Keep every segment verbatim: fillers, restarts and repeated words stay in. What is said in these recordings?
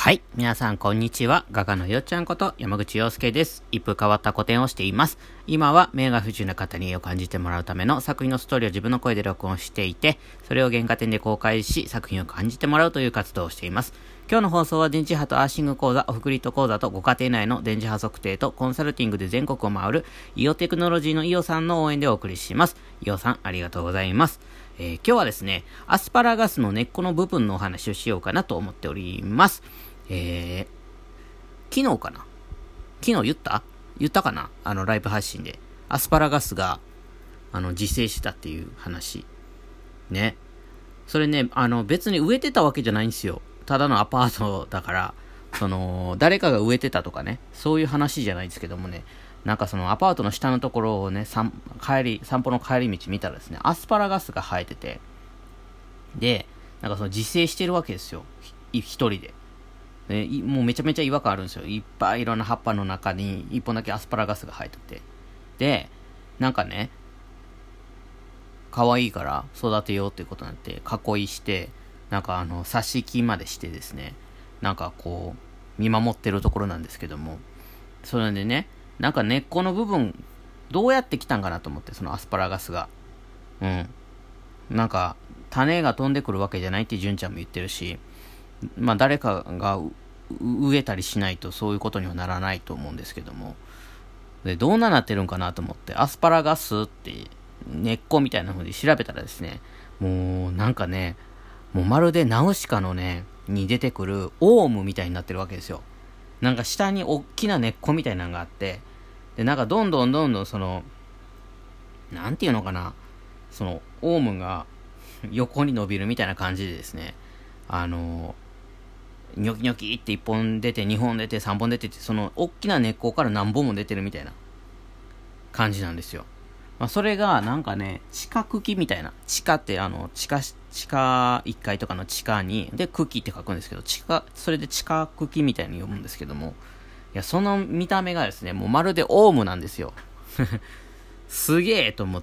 はい。皆さん、こんにちは。画家のよっちゃんこと山口洋介です。一風変わった個展をしています。今は目が不自由な方に絵を感じてもらうための作品のストーリーを自分の声で録音していて、それを原画展で公開し、作品を感じてもらうという活動をしています。今日の放送は電磁波とアーシング講座、オフグリッド講座とご家庭内の電磁波測定とコンサルティングで全国を回るイオテクノロジーのイオさんの応援でお送りします。イオさん、ありがとうございます。えー、今日はですね、アスパラガスの根っこの部分のお話をしようかなと思っております。えー、昨日かな昨日言った言ったかなあの、ライブ配信で。アスパラガスが、あの、自生したっていう話。ね。それね、あの、別に植えてたわけじゃないんですよ。ただのアパートだから、その、誰かが植えてたとかね、そういう話じゃないですけどもね、なんかそのアパートの下のところをね、散帰り、散歩の帰り道見たらですね、アスパラガスが生えてて、で、なんかその自生してるわけですよ。ひ一人で。ね、もうめちゃめちゃ違和感あるんですよ。いっぱいいろんな葉っぱの中に一本だけアスパラガスが生えてて。で、なんかね、可愛いから育てようっていうことになって囲いして、なんかあの、挿し木までしてですね、なんかこう、見守ってるところなんですけども、それでね、なんか根っこの部分、どうやって来たんかなと思って、そのアスパラガスが。うん。なんか、種が飛んでくるわけじゃないって純ちゃんも言ってるし、まあ誰かが植えたりしないとそういうことにはならないと思うんですけども、でどうなってるんかなと思ってアスパラガスって根っこみたいな風に調べたらですね、もうなんかね、もうまるでナウシカのねに出てくるオウムみたいになってるわけですよ。なんか下に大きな根っこみたいなのがあって、でなんかどんどんどんどんそのなんていうのかな、そのオウムが横に伸びるみたいな感じでですね、あのーニョキニョキっていっぽん出てにほん出てさんぼん出てって、その大きな根っこから何本も出てるみたいな感じなんですよ。まあ、それがなんかね、地下茎みたいな、地下ってあの地下地下いっかいとかの地下にで茎って書くんですけど、地下それで地下茎みたいに読むんですけども、いやその見た目がですね、もうまるでオウムなんですよ。すげえと思って、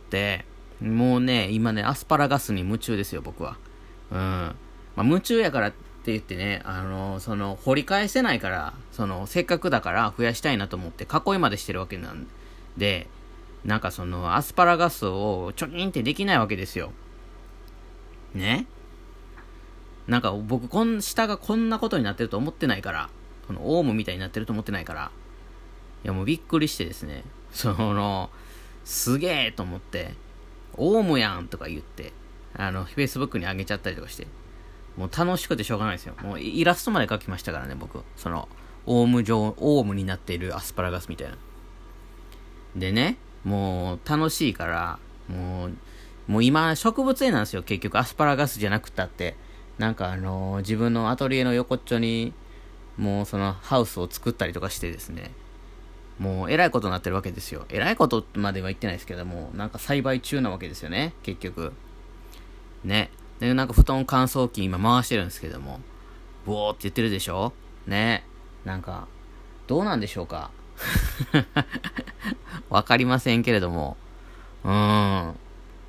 もうね今ねアスパラガスに夢中ですよ僕は。うん。まあ、夢中やからって言ってね、あのー、その、掘り返せないから、その、せっかくだから増やしたいなと思って囲いまでしてるわけなんで、なんかその、アスパラガスをちょきんってできないわけですよ。ね？なんか僕、こん、下がこんなことになってると思ってないから、この、オウムみたいになってると思ってないから、いやもうびっくりしてですね、その、すげえと思って、オウムやんとか言って、あの、Facebook に上げちゃったりとかして、もう楽しくてしょうがないですよ。もうイラストまで描きましたからね、僕。その、オウム状、オウムになっているアスパラガスみたいな。でね、もう楽しいから、もう、もう今植物園なんですよ、結局。アスパラガスじゃなくたって。なんかあのー、自分のアトリエの横っちょに、もうそのハウスを作ったりとかしてですね、もうえらいことになってるわけですよ。えらいことまでは言ってないですけども、なんか栽培中なわけですよね、結局。ね。で、なんか布団乾燥機今回してるんですけども、ボーって言ってるでしょね。なんか、どうなんでしょうか。わかりませんけれども、うーん。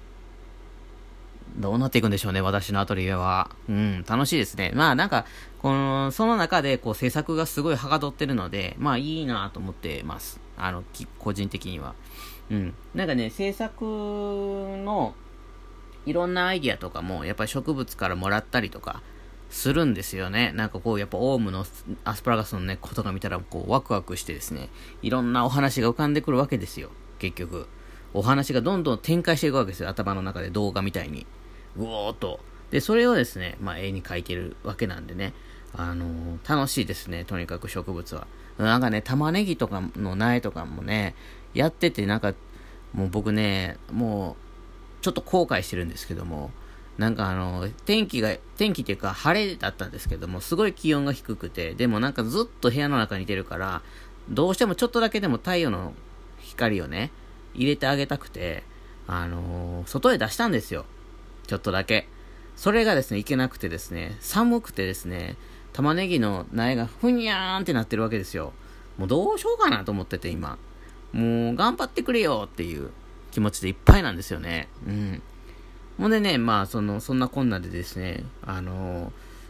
どうなっていくんでしょうね、私のアトリエは。うん、楽しいですね。まあなんか、この、その中でこう制作がすごいはかどってるので、まあいいなと思ってます。あの、個人的には。うん。なんかね、制作の、いろんなアイディアとかもやっぱり植物からもらったりとかするんですよね。なんかこうやっぱオウムのアスパラガスの根っことか見たらこうワクワクしてですね、いろんなお話が浮かんでくるわけですよ。結局お話がどんどん展開していくわけですよ、頭の中で動画みたいにうおーっと。でそれをですね、まあ絵に描いてるわけなんでね、あのー、楽しいですね。とにかく植物はなんかね、玉ねぎとかの苗とかもねやってて、なんかもう僕ね、もうちょっと後悔してるんですけども、なんかあの、天気が、天気っていうか晴れだったんですけども、すごい気温が低くて、でもなんかずっと部屋の中にいてるから、どうしてもちょっとだけでも太陽の光をね、入れてあげたくて、あのー、外へ出したんですよ。ちょっとだけ。それがですね、いけなくてですね、寒くてですね、玉ねぎの苗がふにゃーんってなってるわけですよ。もうどうしようかなと思ってて今。もう頑張ってくれよっていう気持ちでいっぱいなんですよね。うん。ほんでね、まあ、その、そんなこんなでですね、あの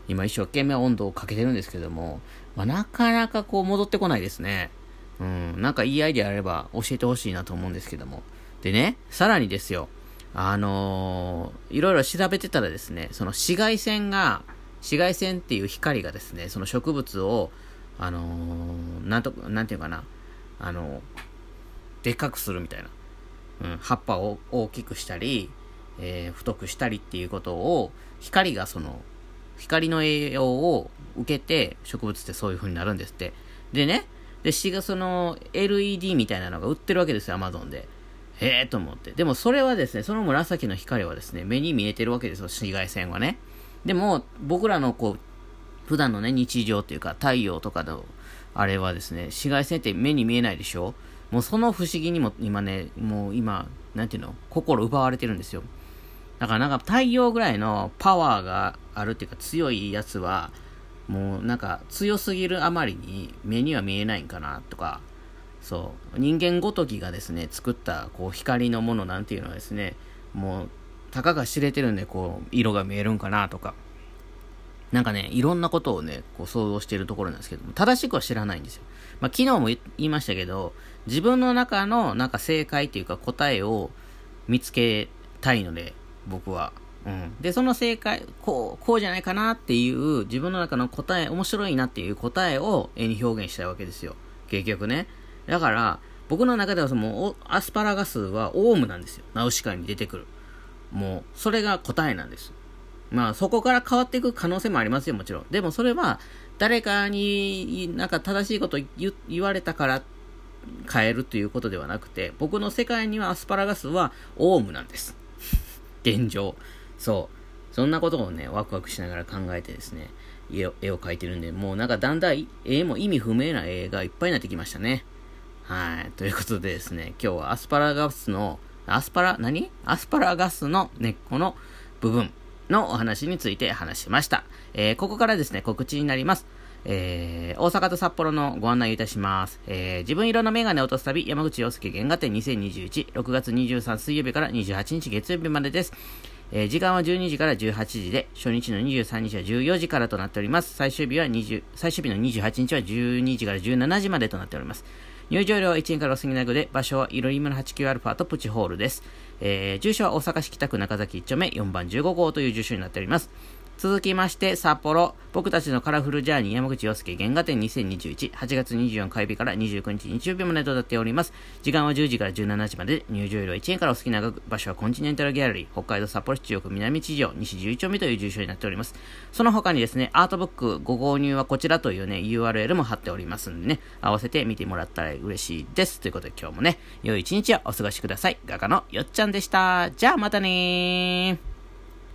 今一生懸命温度をかけてるんですけども、まあ、なかなかこう戻ってこないですね。うん、なんかいいアイデアあれば教えてほしいなと思うんですけども。でね、さらにですよ、あのー、いろいろ調べてたらですね、その紫外線が、紫外線っていう光がですね、その植物を、あのー、なんと、なんていうかな、あのー、でっかくするみたいな。うん、葉っぱを大きくしたり、えー、太くしたりっていうことを、光がその、光の栄養を受けて植物ってそういう風になるんですって。でね、で、しがその エルイーディー みたいなのが売ってるわけですよ、Amazon で。へーと思って。でもそれはですね、その紫の光はですね、目に見えてるわけですよ、紫外線はね。でも、僕らのこう、普段のね、日常っていうか、太陽とかの、あれはですね、紫外線って目に見えないでしょ？もうその不思議にも今ね、もう今、なんていうの？心奪われてるんですよ。だからなんか太陽ぐらいのパワーがあるっていうか強いやつは、もうなんか強すぎるあまりに目には見えないんかなとか、そう、人間ごときがですね、作ったこう光のものなんていうのはですね、もう、たかが知れてるんでこう、色が見えるんかなとか、なんかね、いろんなことをね、こう想像しているところなんですけども、正しくは知らないんですよ。まあ昨日も言いましたけど、自分の中のなんか正解っていうか答えを見つけたいので、僕は。うん。で、その正解、こう、こうじゃないかなっていう、自分の中の答え、面白いなっていう答えを絵に表現したいわけですよ。結局ね。だから、僕の中ではその、アスパラガスはオウムなんですよ。ナウシカに出てくる。もう、それが答えなんです。まあ、そこから変わっていく可能性もありますよ、もちろん。でもそれは、誰かになんか正しいこと言、言われたから変えるということではなくて、僕の世界にはアスパラガスはオウムなんです。現状。そう。そんなことをね、ワクワクしながら考えてですね、絵を、絵を描いてるんで、もうなんかだんだん絵も意味不明な絵がいっぱいになってきましたね。はい。ということでですね、今日はアスパラガスの、アスパラ、何？アスパラガスの根っこの部分のお話について話しました。えー、ここからですね、告知になります。えー、大阪と札幌のご案内いたします。えー、自分色のメガネを落とす旅、山口洋介原画展にせんにじゅういち、ろくがつにじゅうさん水曜日からにじゅうはちにち月曜日までです。えー、時間はじゅうにじからじゅうはちじで、初日のにじゅうさんにちはじゅうよじからとなっております。最終日は20、最終日のにじゅうはちにちはじゅうにじからじゅうしちじまでとなっております。入場料はいちえんからお過ぎなぐで、場所はイロリムの はちきゅうアルファ とプチホールです。えー、住所は大阪市北区中崎いっちょめよんばんじゅうごごうという住所になっております。続きまして、札幌、僕たちのカラフルジャーニー山口洋介原画展にせんにじゅういち、はちがつにじゅうよっか火曜日からにじゅうくにち日曜日までとなっております。時間はじゅうじからじゅうしちじまで、入場料いちえんからお好きな額、場所はコンチネンタルギャラリー、北海道札幌市中央区南地上、西じゅういちちょうめという住所になっております。その他にですね、アートブックご購入はこちらというね、ユーアールエル も貼っておりますんでね、合わせて見てもらったら嬉しいです。ということで今日もね、良い一日をお過ごしください。画家のよっちゃんでした。じゃあまたねー。